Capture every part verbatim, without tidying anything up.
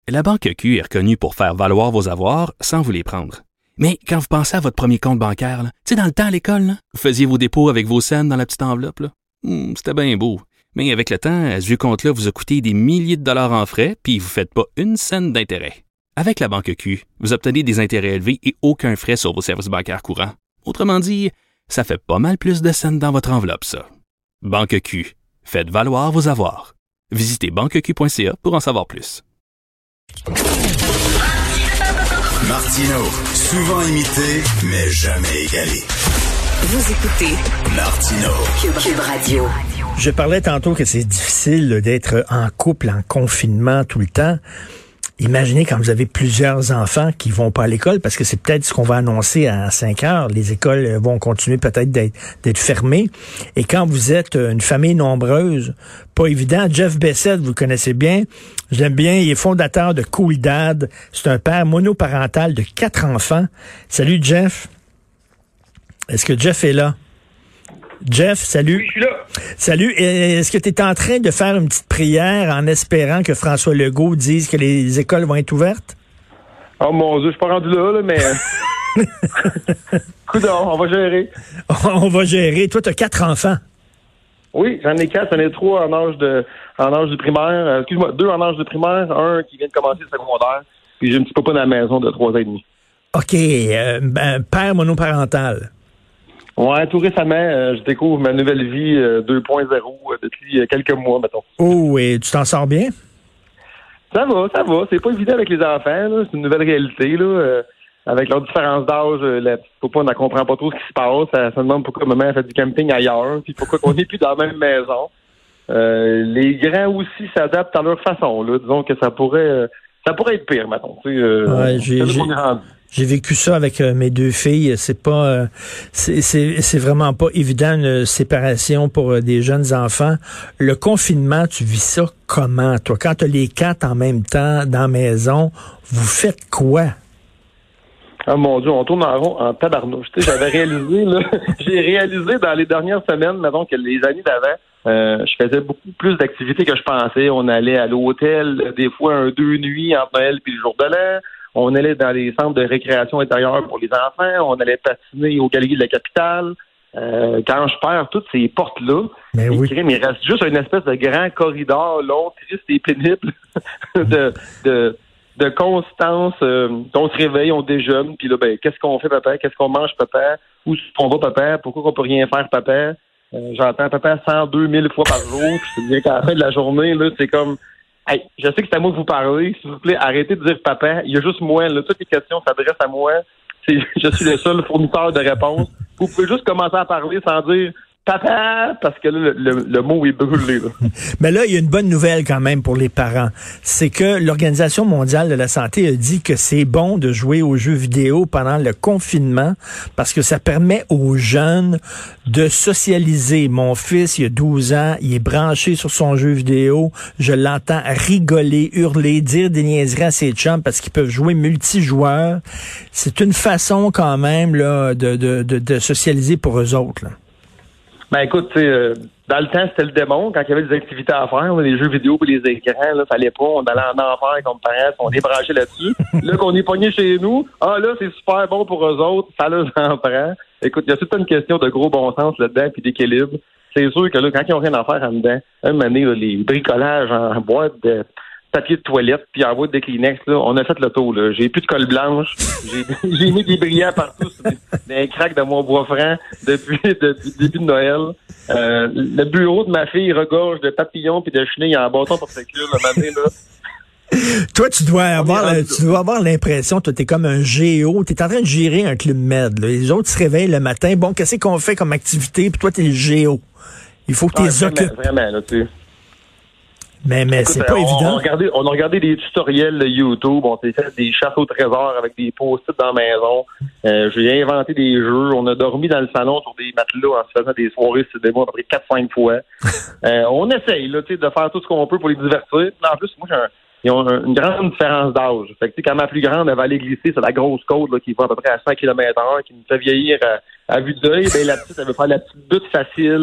La Banque Q est reconnue pour faire valoir vos avoirs sans vous les prendre. Mais quand vous pensez à votre premier compte bancaire, tu sais, dans le temps à l'école, là, vous faisiez vos dépôts avec vos scènes dans la petite enveloppe. Là. Hum, c'était bien beau. Mais avec le temps, ce vieux compte-là vous a coûté des milliers de dollars en frais, puis vous ne faites pas une scène d'intérêt. Avec la Banque Q, vous obtenez des intérêts élevés et aucun frais sur vos services bancaires courants. Autrement dit, ça fait pas mal plus de scènes dans votre enveloppe, ça. Banque Q. Faites valoir vos avoirs. Visitez banque q point c a pour en savoir plus. Martino, souvent imité, mais jamais égalé. Vous écoutez Martino, Cube, Cube Radio. Je parlais tantôt que c'est difficile d'être en couple, en confinement tout le temps. Imaginez quand vous avez plusieurs enfants qui vont pas à l'école, parce que c'est peut-être ce qu'on va annoncer à cinq heures. Les écoles vont continuer peut-être d'être, d'être fermées. Et quand vous êtes une famille nombreuse, pas évident. Jeff Bessette, vous le connaissez bien. J'aime bien. Il est fondateur de Cool Dad. C'est un père monoparental de quatre enfants. Salut, Jeff. Est-ce que Jeff est là? Jeff, salut. Oui, je suis là. Salut. Est-ce que tu es en train de faire une petite prière en espérant que François Legault dise que les écoles vont être ouvertes? Oh mon Dieu, je suis pas rendu là, là mais... Coudonc, on va gérer. On va gérer. Toi, tu as quatre enfants. Oui, j'en ai quatre. J'en ai trois en âge de en âge du primaire. Euh, excuse-moi, deux en âge de primaire, un qui vient de commencer le secondaire. Puis j'ai un petit papa dans la maison de trois ans et demi. OK. Euh, ben, père monoparental. Ouais, tout récemment, euh, je découvre ma nouvelle vie euh, deux point zéro euh, depuis euh, quelques mois, mettons. Oh, et tu t'en sors bien? Ça va, ça va. C'est pas évident avec les enfants, là. C'est une nouvelle réalité, là. Euh, avec leur différence d'âge, euh, la petite papa ne comprend pas trop ce qui se passe. Elle se demande pourquoi maman fait du camping ailleurs, puis pourquoi on n'est plus dans la même maison. Euh, les grands aussi s'adaptent à leur façon, là. Disons que ça pourrait euh, ça pourrait être pire, mettons. Tu sais, euh, ouais, j'ai, j'ai... J'ai vécu ça avec euh, mes deux filles. C'est pas, euh, c'est, c'est, c'est vraiment pas évident une séparation pour euh, des jeunes enfants. Le confinement, tu vis ça comment, toi? Quand tu as les quatre en même temps dans la maison, vous faites quoi? Ah mon Dieu, on tourne en rond en tabarnouche. Tu sais, j'avais réalisé, là, j'ai réalisé dans les dernières semaines, mettons, que les années d'avant, euh, je faisais beaucoup plus d'activités que je pensais. On allait à l'hôtel, des fois un deux nuits entre Noël puis le jour de l'an. On allait dans les centres de récréation intérieure pour les enfants. On allait patiner aux galeries de la capitale. Euh, quand je perds toutes ces portes-là, mais oui. il me reste juste une espèce de grand corridor long, triste et pénible de, de, de constance. Euh, on se réveille, on déjeune, puis là, ben, qu'est-ce qu'on fait, papa? Qu'est-ce qu'on mange, papa? Où est-ce qu'on va, papa? Pourquoi on peut rien faire, papa? Euh, j'entends papa cent deux mille fois par jour. Puis je te dis qu'à la fin de la journée, là, c'est comme... Hey, je sais que c'est à moi que vous parlez. S'il vous plaît, arrêtez de dire papa. Il y a juste moi. Là. Toutes les questions s'adressent à moi. C'est, je suis le seul fournisseur de réponses. Vous pouvez juste commencer à parler sans dire papa, parce que là, le, le, le mot est brûlé. Là. Mais là, il y a une bonne nouvelle quand même pour les parents. C'est que l'Organisation mondiale de la santé a dit que c'est bon de jouer aux jeux vidéo pendant le confinement parce que ça permet aux jeunes de socialiser. Mon fils, il a douze ans, il est branché sur son jeu vidéo. Je l'entends rigoler, hurler, dire des niaiseries à ses chums parce qu'ils peuvent jouer multijoueurs. C'est une façon quand même là de, de, de, de socialiser pour eux autres, là. Ben écoute, tu sais, euh, dans le temps, c'était le démon. Quand il y avait des activités à faire, là, les jeux vidéo et les écrans, là, fallait pas. On allait en enfer comme parents, on est branché là-dessus. Là qu'on est pogné chez nous, ah là, c'est super bon pour eux autres, ça leur en prend. Écoute, il y a toute une question de gros bon sens là-dedans puis d'équilibre. C'est sûr que là, quand ils ont rien à faire en dedans, un moment donné, là, les bricolages en boîte de papier de toilette puis en boîte de Kleenex, là, on a fait le tour. Là. J'ai plus de colle blanche. J'ai, j'ai mis des brillants partout sur des, des cracks de mon bois franc depuis, depuis le début de Noël. Euh, le bureau de ma fille regorge de papillons puis de chenilles en bâton pour sécurité le matin, là. Toi, tu dois avoir, le, tu dois avoir l'impression, toi, t'es comme un géo, t'es en train de gérer un club med. Là. Les autres se réveillent le matin. Bon, qu'est-ce qu'on fait comme activité? Puis toi, t'es le géo. Il faut que tu les occupes. Vraiment, là, tu sais. Mais, mais Écoute, c'est pas on, évident. On a, regardé, on a regardé des tutoriels de YouTube, on s'est fait des chasses au trésor avec des post-it dans la maison. Euh, j'ai inventé des jeux. On a dormi dans le salon sur des matelas en se faisant des soirées cinéma à peu près quatre cinq fois. euh, on essaye là, de faire tout ce qu'on peut pour les divertir. En plus, moi, j'ai un, ils ont une grande différence d'âge. Fait que, quand ma plus grande, elle va aller glisser sur la grosse côte là, qui va à peu près à cent kilomètres heure, qui me fait vieillir à, à vue d'œil, ben la petite, elle veut faire la petite butte facile.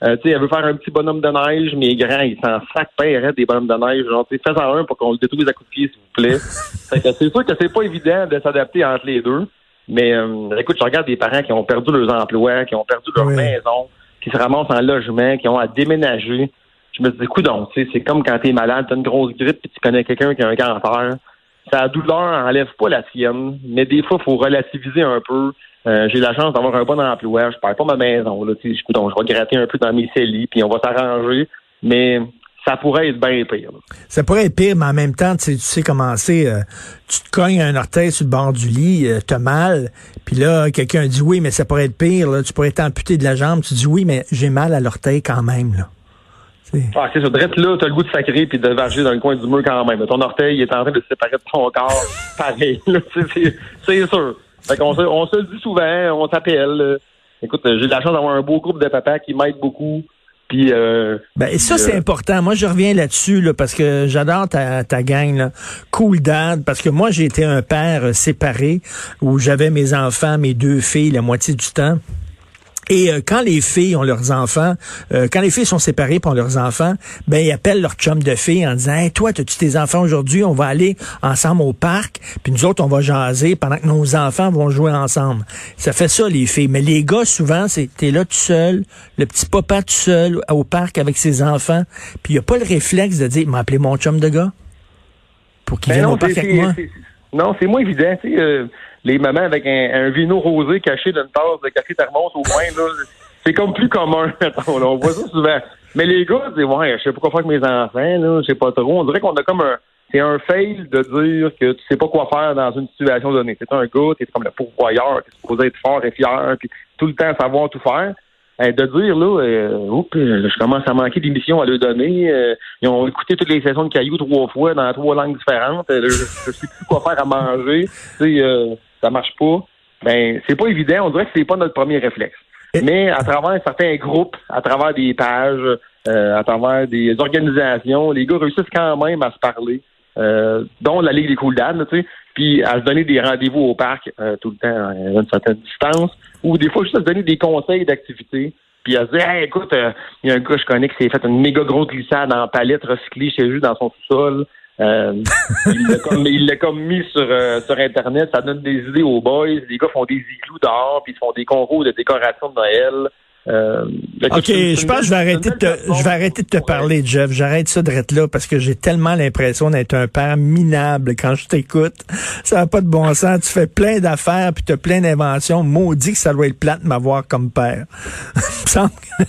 Euh, tu sais, elle veut faire un petit bonhomme de neige, mais grand, il s'en sac paierait des bonhommes de neige. Genre, tu sais, fais-en un pour qu'on le détruise à coups de pied, s'il vous plaît. Fait que c'est sûr que c'est pas évident de s'adapter entre les deux. Mais euh, écoute, je regarde des parents qui ont perdu leurs emplois, qui ont perdu leur oui. maison, qui se ramassent en logement, qui ont à déménager. Je me dis, écoute donc, tu sais, c'est comme quand t'es malade, t'as une grosse grippe, puis tu connais quelqu'un qui a un cancer. Sa douleur enlève pas la sienne, mais des fois, il faut relativiser un peu. Euh, j'ai la chance d'avoir un bon emploi, je perds pas ma maison. Là, tu sais, écoute donc, je vais gratter un peu dans mes cellies, puis on va s'arranger. Mais ça pourrait être bien pire. Là. Ça pourrait être pire, mais en même temps, tu sais, tu sais comment c'est. Euh, tu te cognes un orteil sur le bord du lit, euh, t'as mal, puis là, quelqu'un dit oui, mais ça pourrait être pire. Là, tu pourrais être amputé de la jambe. Tu dis oui, mais j'ai mal à l'orteil quand même. Là. C'est... Ah, c'est ça. Drette là, t'as le goût de sacrer puis de varger dans le coin du mur quand même. Ton orteil il est en train de se séparer de ton corps. Pareil. Là, c'est, c'est sûr. Fait qu'on se, on se le dit souvent, on s'appelle. Écoute, j'ai la chance d'avoir un beau groupe de papas qui m'aident beaucoup. Puis, euh, ben, et ça, puis, c'est euh, important. Moi, je reviens là-dessus, là, parce que j'adore ta, ta gang, là. Cool Dad, parce que moi, j'ai été un père euh, séparé, où j'avais mes enfants, mes deux filles, la moitié du temps. Et euh, quand les filles ont leurs enfants, euh, quand les filles sont séparées pour leurs enfants, ben ils appellent leur chum de filles en disant hey, toi, t'as-tu tes enfants aujourd'hui? On va aller ensemble au parc, puis nous autres, on va jaser pendant que nos enfants vont jouer ensemble. Ça fait ça, les filles. Mais les gars, souvent, c'est t'es là tout seul, le petit papa tout seul au parc avec ses enfants, puis il n'y a pas le réflexe de dire m'appeler mon chum de gars pour qu'il ben vienne non, au parc c'est, avec moi. c'est, c'est, non, c'est moins évident, tu sais. Euh, les mamans avec un, un vino rosé caché dans une tasse de café thermos au moins, là, c'est comme plus commun. Attends, là, on voit ça souvent. Mais les gars, c'est ouais, je sais pas quoi faire avec mes enfants, là, je sais pas trop. On dirait qu'on a comme un, c'est un fail de dire que tu sais pas quoi faire dans une situation donnée. C'est un gars, t'es comme le pourvoyeur, t'es supposé être fort et fier, puis tout le temps savoir tout faire. Euh, de dire, là, euh, oups, je commence à manquer d'émissions à leur donner. Euh, ils ont écouté toutes les sessions de Caillou trois fois dans trois langues différentes. Euh, je, je sais plus quoi faire à manger. Tu sais, euh, ça marche pas. Ben, c'est pas évident. On dirait que c'est pas notre premier réflexe. Mais à travers certains groupes, à travers des pages, euh, à travers des organisations, les gars réussissent quand même à se parler, euh, dont la Ligue des Cool Dad, tu sais, puis à se donner des rendez-vous au parc euh, tout le temps à une certaine distance, ou des fois juste à se donner des conseils d'activité, puis à se dire hey, écoute, il euh, y a un gars que je connais qui s'est fait une méga grosse glissade en palette recyclée chez lui dans son sous-sol. Euh, il, l'a comme, il l'a comme mis sur, euh, sur Internet, ça donne des idées aux boys. Les gars font des igloos dehors, puis ils font des concours de décoration de Noël. Euh, OK, je pense que je vais arrêter de te, je vais arrêter de te parler, Jeff. J'arrête ça de être là parce que j'ai tellement l'impression d'être un père minable quand je t'écoute. Ça n'a pas de bon sens. Tu fais plein d'affaires puis tu as plein d'inventions. Maudit que ça doit être plate de m'avoir comme père. hey,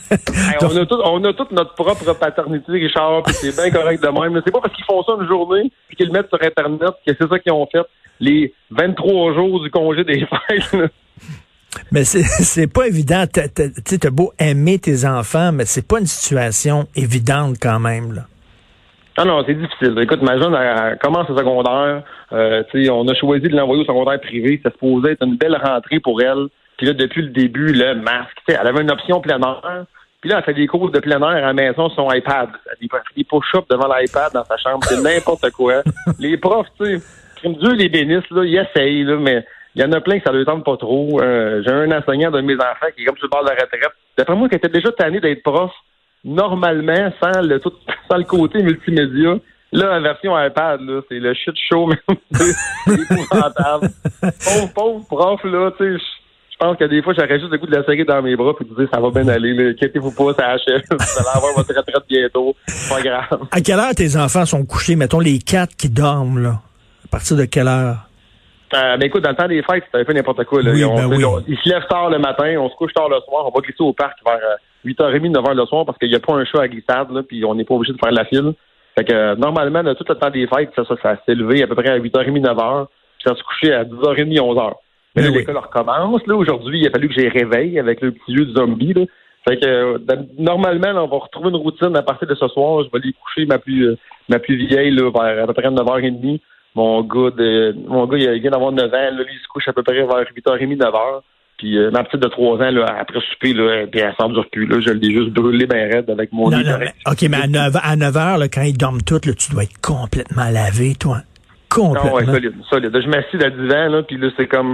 on, a tout, on a toute notre propre paternité, Richard, puis c'est bien correct de même. C'est pas parce qu'ils font ça une journée puis qu'ils le mettent sur Internet que c'est ça qu'ils ont fait les vingt-trois jours du congé des fêtes. Là. Mais c'est, c'est pas évident. Tu sais, t'as beau aimer tes enfants, mais c'est pas une situation évidente quand même, là. Ah non, c'est difficile. Écoute, ma jeune, elle, elle commence au secondaire. Euh, tu sais, on a choisi de l'envoyer au secondaire privé. Ça se posait être une belle rentrée pour elle. Puis là, depuis le début, le masque. Tu sais, elle avait une option plein air. Puis là, elle fait des cours de plein air à la maison sur son iPad. Elle fait des push-ups devant l'iPad dans sa chambre. C'est n'importe quoi. Les profs, tu sais, crime Dieu les bénisse, là, ils essayent, là, mais il y en a plein que ça ne tente pas trop. Euh, j'ai un enseignant de mes enfants qui est comme sur le bord de la retraite. D'après moi, qui était déjà tanné d'être prof, normalement, sans le tout, sans le côté multimédia. Là, la version iPad, là, c'est le shit show, même. C'est épouvantable. Pauvre, pauvre prof, là, tu sais, je pense que des fois, j'aurais juste le goût de la serrer dans mes bras et de dire, ça va bien aller, là. Inquiétez-vous pas, ça achève. Vous allez avoir votre retraite bientôt. C'est pas grave. À quelle heure tes enfants sont couchés? Mettons les quatre qui dorment, là. À partir de quelle heure? Euh, ben écoute, dans le temps des fêtes, c'est un peu n'importe quoi. Là. Oui, ils, on, ben oui. on, ils se lèvent tard le matin, on se couche tard le soir, on va glisser au parc vers euh, huit heures trente, neuf heures le soir parce qu'il n'y a pas un chat à glissade, là, puis on n'est pas obligé de faire la file. Fait que euh, normalement, là, tout le temps des fêtes, ça, ça, ça s'est levé à peu près à huit heures trente, neuf heures, puis ça se couchait à dix heures trente, onze heures. Mais là, oui. l'école recommence. Là, aujourd'hui, il a fallu que j'ai réveille avec le petit jeu de zombie. Là. Fait que euh, normalement, là, on va retrouver une routine à partir de ce soir. Je vais aller coucher ma plus euh, ma plus vieille là, vers à peu près neuf heures trente. Mon gars, de, mon gars, il vient d'avoir neuf ans. Là, lui, il se couche à peu près vers huit heures trente, neuf heures. Puis euh, ma petite de trois ans, là, après souper, là, puis elle s'endure plus. Là, je l'ai juste brûlé bien raide avec mon non, lit. Non, mais, OK, mais à neuf, à neuf heures, là, quand ils dorment tous, là, tu dois être complètement lavé, toi. Complètement. Non, ouais, solide, solide. Je m'assieds dans le divan, là, puis là, c'est comme...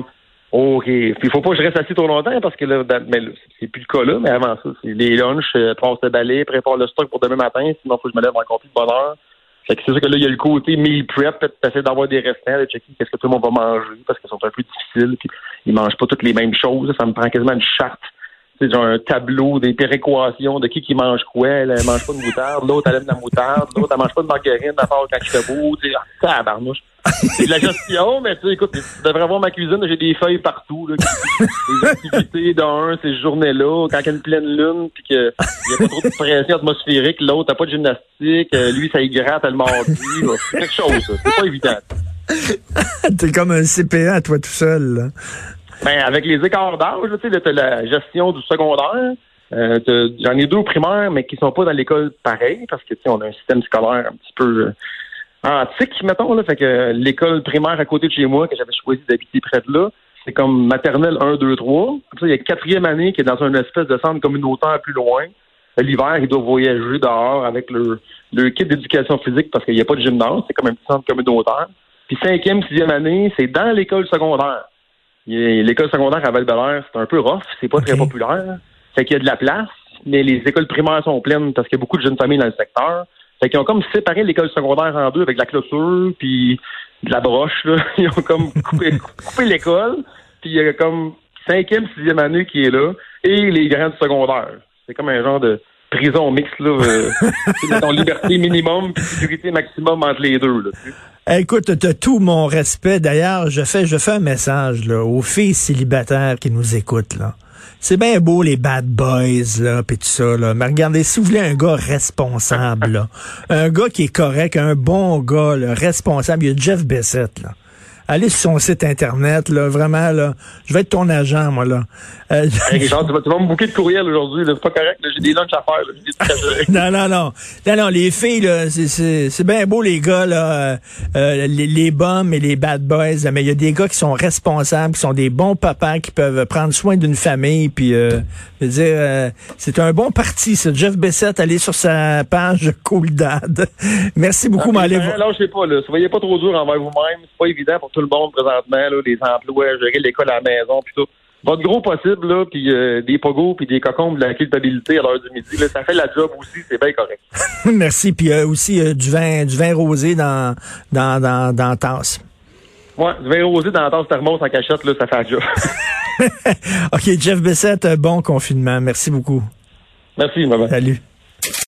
OK. Puis il faut pas que je reste assis trop longtemps parce que là, ben, mais là, c'est plus le cas là, mais avant ça, c'est les lunchs, euh, passe le balai, prépare le stock pour demain matin, sinon il faut que je me lève encore plus de bonne heure. Fait que c'est sûr que là, il y a le côté meal prep, t'essaies d'avoir des restants, de checker qu'est-ce que tout le monde va manger, parce qu'ils sont un peu difficiles, puis ils mangent pas toutes les mêmes choses. Ça me prend quasiment une charte. C'est genre un tableau, des péréquations de qui qui mange quoi. Elle, elle mange pas de moutarde, l'autre elle aime la moutarde, l'autre elle mange pas de margarine à part quand il fait beau. Tu sais, ah, tabarnouche. C'est de la gestion, mais tu sais, écoute, tu devrais voir ma cuisine, j'ai des feuilles partout. Là, les activités d'un, ces journées-là, quand il y a une pleine lune, puis qu'il n'y a pas trop de pression atmosphérique, l'autre t'as pas de gymnastique, euh, lui ça y gratte le mardi. Là. C'est quelque chose, ça. C'est pas évident. T'es comme un C P A, toi, tout seul, là. Ben, avec les écarts d'âge, tu sais, t'as la gestion du secondaire. Euh, j'en ai deux au primaire, mais qui sont pas dans l'école pareil, parce que, tu sais, on a un système scolaire un petit peu euh, antique, mettons, là. Fait que l'école primaire à côté de chez moi, que j'avais choisi d'habiter près de là, c'est comme maternelle un, deux, trois. Comme ça, il y a quatrième année qui est dans une espèce de centre communautaire plus loin. L'hiver, ils doivent voyager dehors avec leur, leur kit d'éducation physique parce qu'il n'y a pas de gymnase. C'est comme un petit centre communautaire. Puis cinquième, sixième année, c'est dans l'école secondaire. L'école secondaire à Val-Bélair, c'est un peu rough, c'est pas okay. Très populaire. Fait qu'il y a de la place, mais les écoles primaires sont pleines parce qu'il y a beaucoup de jeunes familles dans le secteur. Fait qu'ils ont comme séparé l'école secondaire en deux avec de la clôture puis de la broche, là. Ils ont comme coupé, coupé l'école, puis il y a comme cinquième, sixième année qui est là, et les grands du secondaire. C'est comme un genre de prison mixte, là. Euh, c'est ton liberté minimum puis sécurité maximum entre les deux, là. Tu sais. Écoute, t'as tout mon respect. D'ailleurs, je fais, je fais un message là, aux filles célibataires qui nous écoutent. Là. C'est bien beau les bad boys, là, pis tout ça. Là. Mais regardez, si vous voulez un gars responsable, là, un gars qui est correct, un bon gars, là, responsable, il y a Jeff Bessette, là. Allez sur son site Internet, là, vraiment, là. Je vais être ton agent, moi, là. Euh, hey, Richard, tu vas, tu vas me bouquer de courriel aujourd'hui, là. C'est pas correct, là. J'ai des lunchs à faire, là. J'ai des trucs à gérer. non, non, non. Non, non, les filles, là, c'est, c'est, c'est bien beau, les gars, là, euh, euh, les, les bums et les bad boys, mais il y a des gars qui sont responsables, qui sont des bons papas, qui peuvent prendre soin d'une famille, puis, euh, je veux dire, euh, c'est un bon parti, ça. Jeff Bessette, allez sur sa page Cool Dad. Merci beaucoup, okay, m'allez voir. Là, je sais pas, là. Soyez pas trop dur envers vous-même. C'est pas évident pour tout le monde présentement, là, les emplois, gérer l'école à la maison, puis tout. Votre gros possible, là, puis euh, des pogos, puis des cocombes de la culpabilité à l'heure du midi, là, ça fait la job aussi, c'est bien correct. Merci, puis euh, aussi euh, du vin du vin rosé dans dans dans dans la tasse. Ouais, du vin rosé dans la tasse thermos en cachette, là, ça fait la job. OK, Jeff Bessette, bon confinement. Merci beaucoup. Merci, maman. Salut.